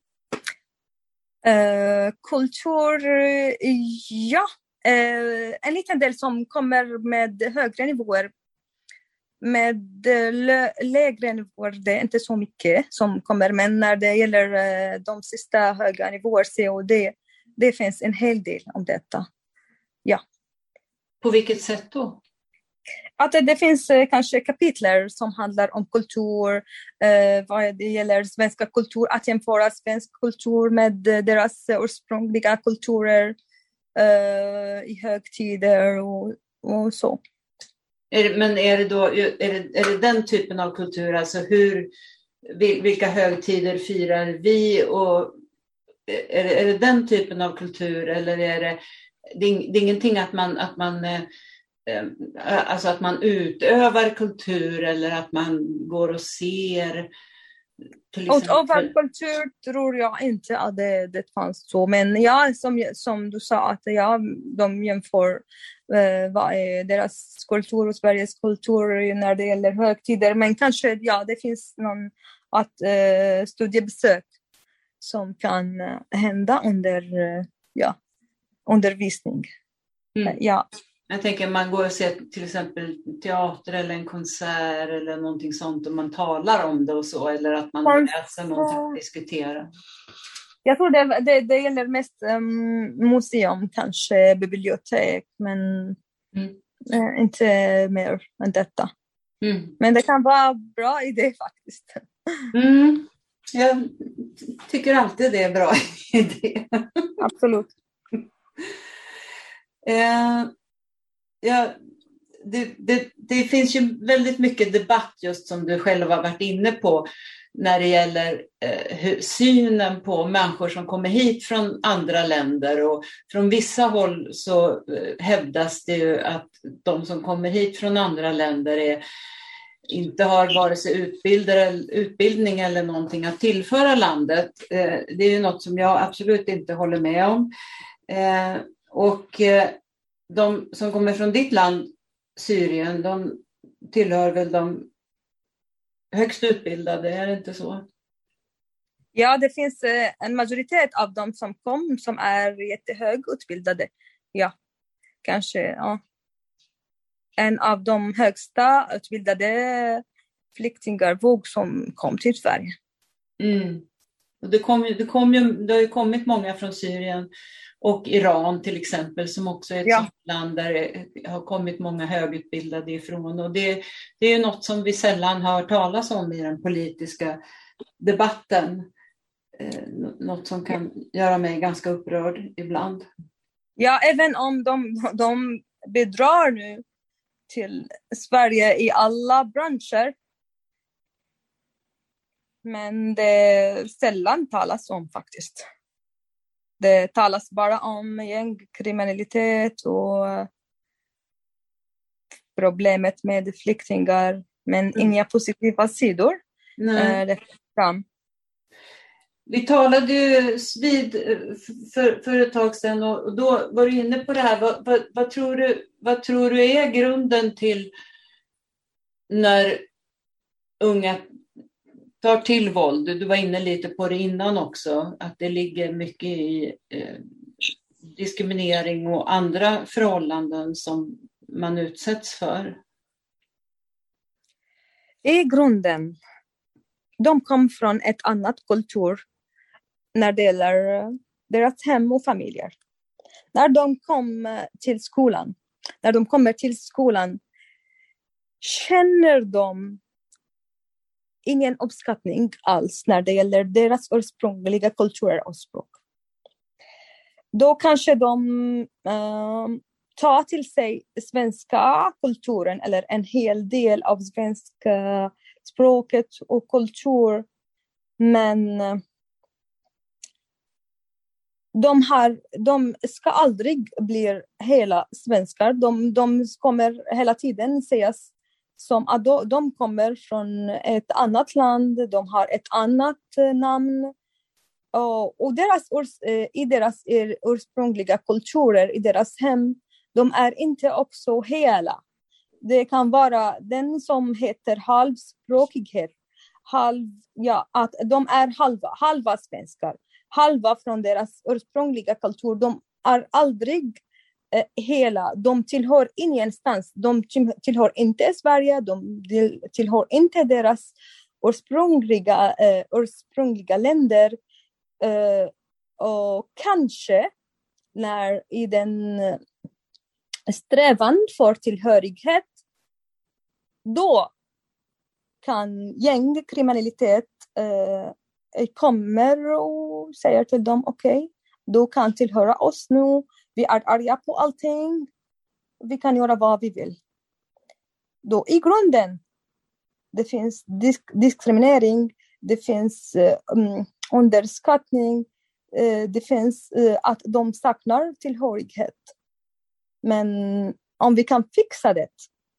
Uh, kultur, ja. Uh, en liten del som kommer med högre nivåer. Med lö- lägre nivåer, det är inte så mycket som kommer. Men när det gäller uh, de sista höga nivåer, C och D, det finns en hel del om detta. Ja. På vilket sätt då? Att det finns eh, kanske kapitler som handlar om kultur, eh, vad det gäller svenska kultur, att jämföra svensk kultur med deras ursprungliga kulturer eh, i högtider och, och så. Är det, men är det då är det, är det den typen av kultur, alltså hur, vilka högtider firar vi och är det, är det den typen av kultur eller är det, det är, det är ingenting att man, att man alltså att man utövar kultur eller att man går och ser till exempel. Utövar kultur tror jag inte att det, det fanns så, men ja, som, som du sa att ja, de jämför eh, vad är deras kultur och Sveriges kultur när det gäller högtider, men kanske ja, det finns någon att eh, studiebesök som kan eh, hända under eh, ja, undervisning. Mm. Ja. Jag tänker man går och ser till exempel teater eller en konsert eller någonting sånt och man talar om det och så, eller att man Konsert. läser någonting och diskuterar. Jag tror det, det, det gäller mest um, museum, kanske bibliotek, men mm. eh, inte mer än detta. Mm. Men det kan vara bra idé faktiskt. Mm. Jag tycker alltid det är bra idé. Absolut. eh, Ja, det, det, det finns ju väldigt mycket debatt just som du själv har varit inne på när det gäller eh, hur, synen på människor som kommer hit från andra länder och från vissa håll så eh, hävdas det ju att de som kommer hit från andra länder är, inte har vare sig utbildning eller någonting att tillföra landet. Eh, det är ju något som jag absolut inte håller med om. Eh, och eh, de som kommer från ditt land, Syrien, de tillhör väl de högst utbildade, är det inte så? Ja, det finns en majoritet av dem som kom som är jättehögutbildade. Ja, kanske ja. En av de högsta utbildade flyktingar våg som kom till Sverige. Mm. Och det, kom, det, kom ju, det har ju kommit många från Syrien och Iran till exempel, som också är ett ja. land där det har kommit många högutbildade ifrån. Och det, det är ju något som vi sällan hör talas om i den politiska debatten. Eh, något som kan göra mig ganska upprörd ibland. Ja, även om de, de bidrar nu till Sverige i alla branscher. Men det sällan talas om faktiskt. Det talas bara om gängkriminalitet och problemet med flyktingar. Men mm. inga positiva sidor. Nej. Det fram. Vi talade ju vid för, för ett tag sedan och då var du inne på det här. Vad, vad, vad, tror du, vad tror du är grunden till när unga tar till våld. Du var inne lite på det innan också, att det ligger mycket i eh, diskriminering och andra förhållanden som man utsätts för. I grunden, de kom från ett annat kultur när det gäller deras hem och familjer. När de kom till skolan, när de kommer till skolan känner de ingen uppskattning alls när det gäller deras ursprungliga kulturer och språk. Då kanske de äh, tar till sig svenska kulturen eller en hel del av svenska språket och kultur, men de, har, de ska aldrig bli hela svenskar. De, de kommer hela tiden sägas som att de kommer från ett annat land, de har ett annat namn. Och, och deras, i deras ursprungliga kulturer, i deras hem, de är inte också hela. Det kan vara den som heter halvspråkighet. Halv, ja, att de är halva, halva svenskar. Halva från deras ursprungliga kultur. De är aldrig eh, hela. De tillhör ingenstans. De tillhör inte Sverige. De tillhör inte deras ursprungliga, eh, ursprungliga länder. Eh, och kanske när i den strävan för tillhörighet, då kan gängkriminalitet eh, kommer och säger till dem, okej, okay, du kan tillhöra oss nu, vi är arga på allting, vi kan göra vad vi vill. Då i grunden, det finns disk- diskriminering, det finns eh, um, underskattning, eh, det finns eh, att de saknar tillhörighet. Men om vi kan fixa det,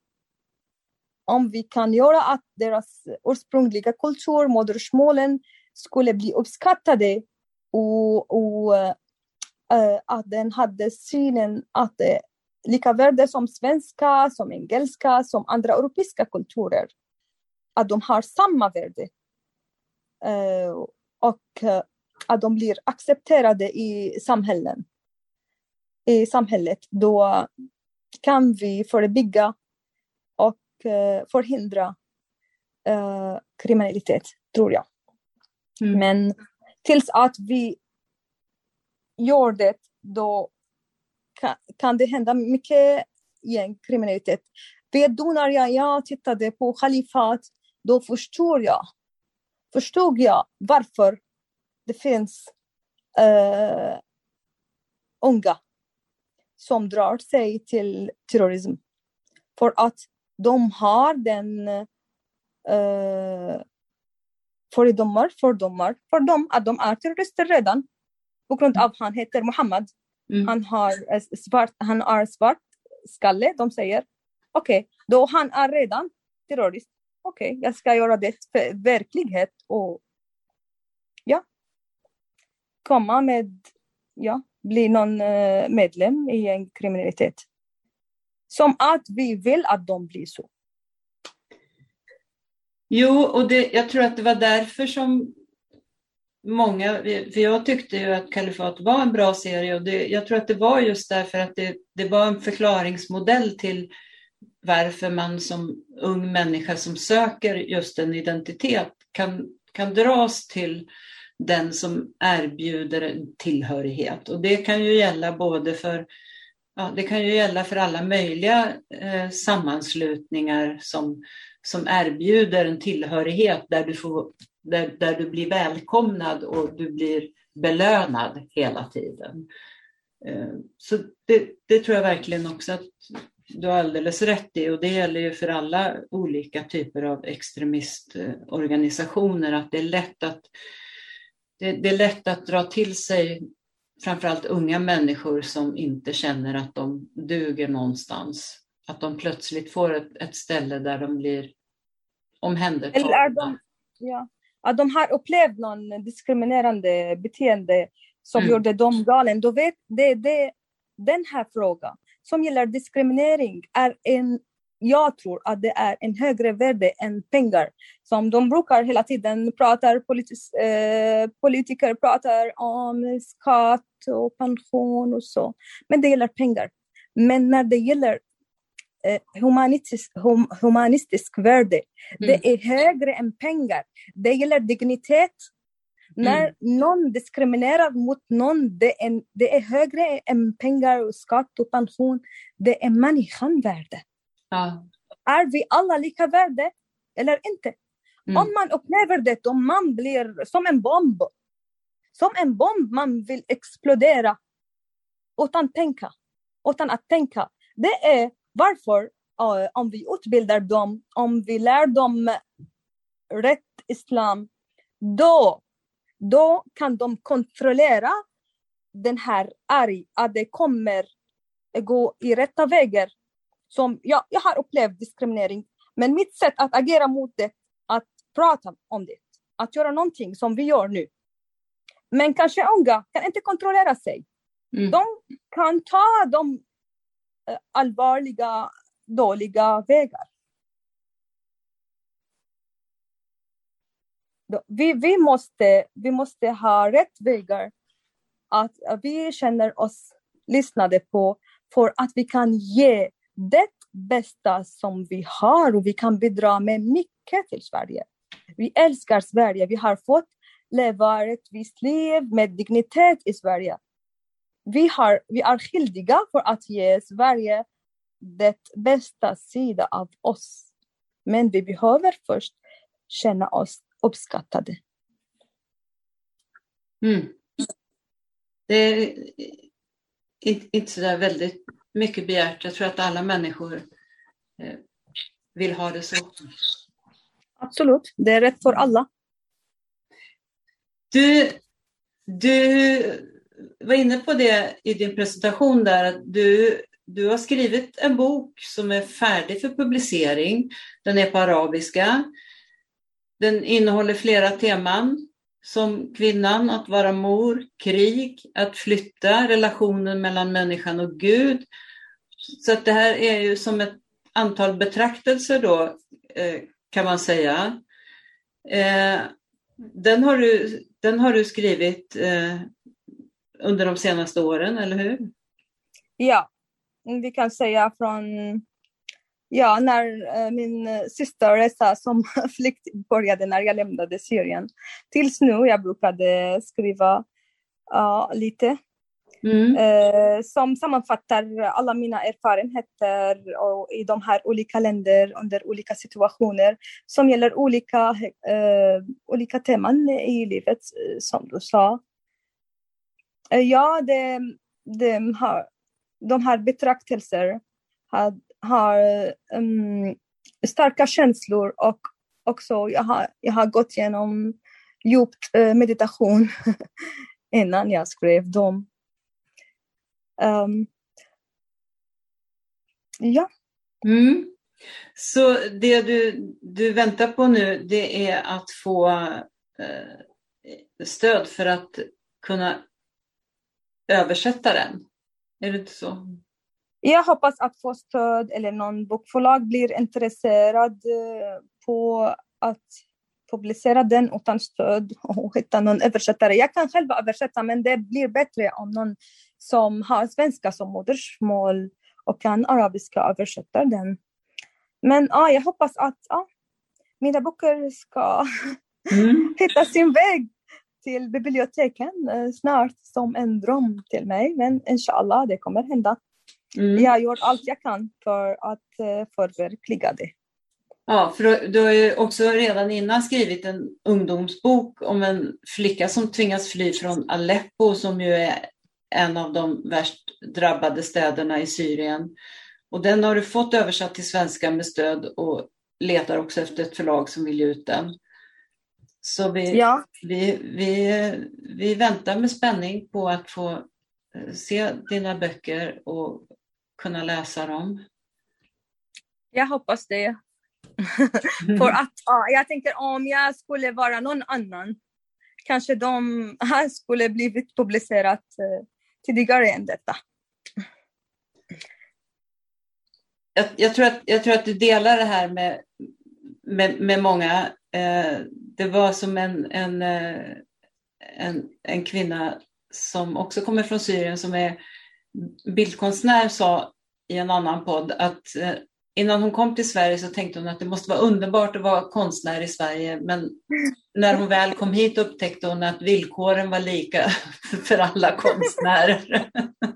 om vi kan göra att deras ursprungliga kultur, modersmålen, skulle bli uppskattade och, och äh, att den hade synen att det är lika värde som svenska, som engelska, som andra europeiska kulturer. Att de har samma värde. Äh, och äh, att de blir accepterade i samhällen. I samhället, då kan vi förebygga och uh, förhindra uh, kriminalitet, tror jag. Mm. Men tills att vi gör det, då kan, kan det hända mycket gängkriminalitet. Vet du, när jag, jag tittade på Khalifat, då förstod jag, förstod jag varför det finns uh, unga som drar sig till terrorism. För att de har den uh, fördomar, fördomar för dem att de är terrorister redan. På grund av att han heter Muhammad. Mm. Han har svart, han är svart skalle. De säger, okej, okay, då han är redan terrorist. Okej, okay, jag ska göra det för verklighet. Och ja, komma med, ja, bli någon medlem i en kriminalitet. Som att vi vill att de blir så. Jo, och det, jag tror att det var därför som många, för jag tyckte ju att Kalifat var en bra serie, och det, jag tror att det var just därför att det, det var en förklaringsmodell till varför man som ung människa som söker just en identitet kan, kan dras till den som erbjuder en tillhörighet. Och det kan ju gälla både för, ja, det kan ju gälla för alla möjliga eh, sammanslutningar som, som erbjuder en tillhörighet där du, får, där, där du blir välkomnad och du blir belönad hela tiden. Eh, så det, det tror jag verkligen också att du har alldeles rätt i, och det gäller ju för alla olika typer av extremistorganisationer, att det är lätt att det, det är lätt att dra till sig framförallt unga människor som inte känner att de duger någonstans, att de plötsligt får ett, ett ställe där de blir omhändertagna. Eller är de, ja, att de har upplevt någon diskriminerande beteende som mm. gjorde dem galen. Då vet det, det den här frågan som gäller diskriminering är en jag tror att det är en högre värde än pengar. Som de brukar hela tiden pratar, politis, eh, politiker pratar om skatt och pension och så. Men det gäller pengar. Men när det gäller eh, humanistisk, hum, humanistisk värde, mm. det är högre än pengar. Det gäller dignitet. När mm. någon diskriminerar mot någon, det är, det är högre än pengar och skatt och pension. Det är människan värde. Ja. Är vi alla lika värde eller inte? Mm. Om man upplever det, om man blir som en bomb. Som en bomb man vill explodera. Utan tänka. Utan att tänka. Det är varför uh, om vi utbildar dem, om vi lär dem rätt islam, då Då kan de kontrollera den här arg, att det kommer gå i rätta vägar. Som, ja, jag har upplevt diskriminering, men mitt sätt att agera mot det, att prata om det, att göra någonting som vi gör nu. Men kanske unga kan inte kontrollera sig. Mm. De kan ta de uh, allvarliga, dåliga vägar. Vi, vi, måste, vi måste ha rätt vägar att vi känner oss lyssnade på för att vi kan ge det bästa som vi har och vi kan bidra med mycket till Sverige. Vi älskar Sverige. Vi har fått leva ett visst liv med dignitet i Sverige. Vi, har, vi är skyldiga för att ge Sverige det bästa sida av oss. Men vi behöver först känna oss uppskattade. Mm. Det är inte så där väldigt mycket begärt. Jag tror att alla människor vill ha det så. Absolut, det är rätt för alla. Du, du var inne på det i din presentation där, att du, du har skrivit en bok som är färdig för publicering. Den är på arabiska. Den innehåller flera teman som kvinnan, att vara mor, krig, att flytta, relationen mellan människan och Gud. Så att det här är ju som ett antal betraktelser då, kan man säga. Den har du, den har du skrivit under de senaste åren, eller hur? Ja, vi kan säga från... Ja, när äh, min sista resa som flykting började när jag lämnade Syrien. Tills nu jag brukade skriva uh, lite. Mm. Uh, som sammanfattar alla mina erfarenheter och i de här olika länder under olika situationer. Som gäller olika, uh, olika teman i livet, som du sa. Uh, ja, det, det har, de här betraktelser har har um, starka känslor och också jag har, jag har gått igenom djupt uh, meditation innan jag skrev dem. Um, ja. Mm. Så det du, du väntar på nu, det är att få uh, stöd för att kunna översätta den. Är det inte så? Jag hoppas att få stöd eller någon bokförlag blir intresserad på att publicera den utan stöd och hitta någon översättare. Jag kan själv översätta, men det blir bättre om någon som har svenska som modersmål och kan arabiska översätta den. Men ja, jag hoppas att ja, mina böcker ska mm. hitta sin väg till biblioteken snart som en dröm till mig. Men inshallah, det kommer hända. Mm. Jag gör allt jag kan för att uh, förverkliga det. Ja, för du har ju också redan innan skrivit en ungdomsbok om en flicka som tvingas fly från Aleppo, som ju är en av de värst drabbade städerna i Syrien. Och den har du fått översatt till svenska med stöd och letar också efter ett förlag som vill ge ut den. Så vi, ja. vi, vi, vi väntar med spänning på att få se dina böcker och kunna läsa dem. Jag hoppas det. För att ja, jag tänker om jag skulle vara någon annan, kanske de här skulle blivit publicerat uh, tidigare än detta. jag, jag, tror att, jag tror att du delar det här med, med, med många. Eh, det var som en, en, en, en kvinna som också kommer från Syrien, som är bildkonstnär, sa i en annan podd att eh, innan hon kom till Sverige så tänkte hon att det måste vara underbart att vara konstnär i Sverige, men när hon väl kom hit upptäckte hon att villkoren var lika för alla konstnärer.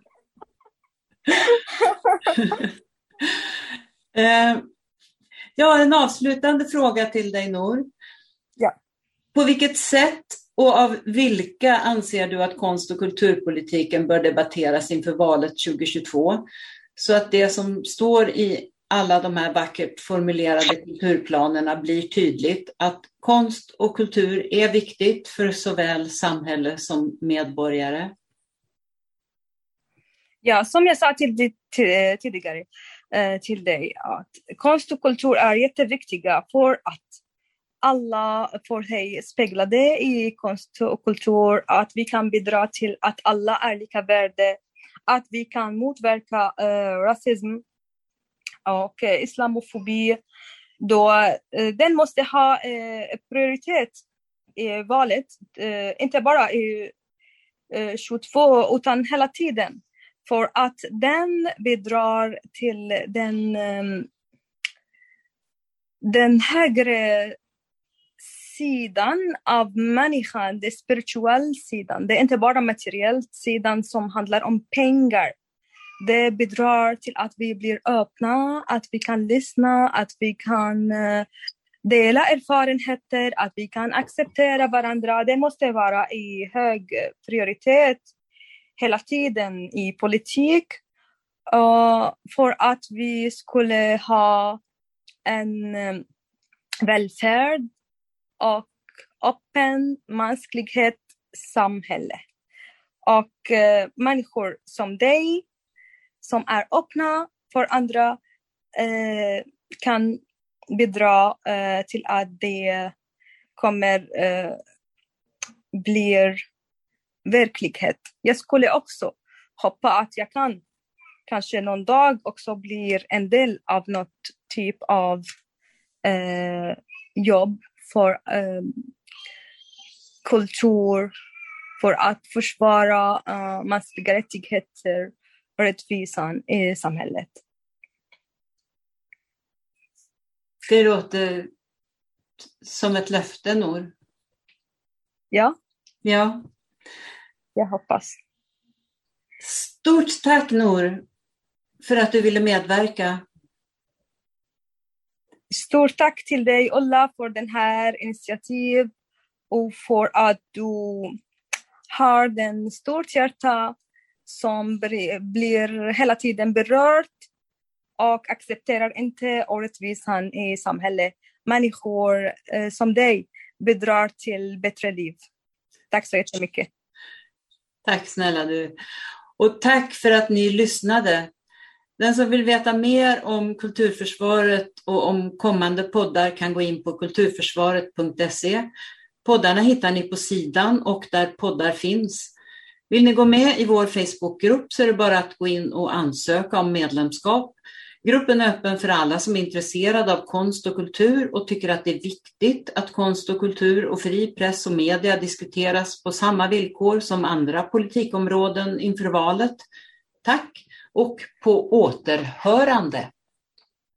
eh, jag har en avslutande fråga till dig, Nour. Ja. På vilket sätt och av vilka anser du att konst- och kulturpolitiken bör debatteras inför valet tjugo tjugotvå? Så att det som står i alla de här vackert formulerade kulturplanerna blir tydligt, att konst och kultur är viktigt för såväl samhälle som medborgare. Ja, som jag sa till dig, till, tidigare till dig, att konst och kultur är jätteviktiga för att alla får sig speglade i konst och kultur, att vi kan bidra till att alla är lika värde, att vi kan motverka uh, rasism och uh, islamofobi. Då uh, den måste ha uh, prioritet i valet, uh, inte bara i uh, tjugotvå utan hela tiden, för att den bidrar till den, um, den högre sidan av människan, det spirituella sidan. Det är inte bara materiellt sidan som handlar om pengar. Det bidrar till att vi blir öppna, att vi kan lyssna, att vi kan uh, dela erfarenheter, att vi kan acceptera varandra. Det måste vara i hög prioritet hela tiden i politik, uh, för att vi skulle ha en um, välfärd och öppen mänsklighet samhälle. Och uh, människor som dig, som är öppna för andra, uh, kan bidra uh, till att det kommer uh, bli verklighet. Jag skulle också hoppas att jag kan kanske någon dag också bli en del av något typ av uh, jobb för um, kultur, för att försvara uh, mänskliga rättigheter och rättvisan i samhället. Det låter som ett löfte, Nour. Ja. Ja. Jag hoppas. Stort tack, Nour, för att du ville medverka. Stort tack till dig, Ulla, för den här initiativ och för att du har den stort hjärta som blir hela tiden berört och accepterar inte orättvisan i samhället. Människor eh, som dig bidrar till bättre liv. Tack så jättemycket. Tack snälla du. Och tack för att ni lyssnade. Den som vill veta mer om Kulturförsvaret och om kommande poddar kan gå in på kulturförsvaret punkt se. Poddarna hittar ni på sidan och där poddar finns. Vill ni gå med i vår Facebookgrupp så är det bara att gå in och ansöka om medlemskap. Gruppen är öppen för alla som är intresserade av konst och kultur och tycker att det är viktigt att konst och kultur och fri press och media diskuteras på samma villkor som andra politikområden inför valet. Tack och på återhörande.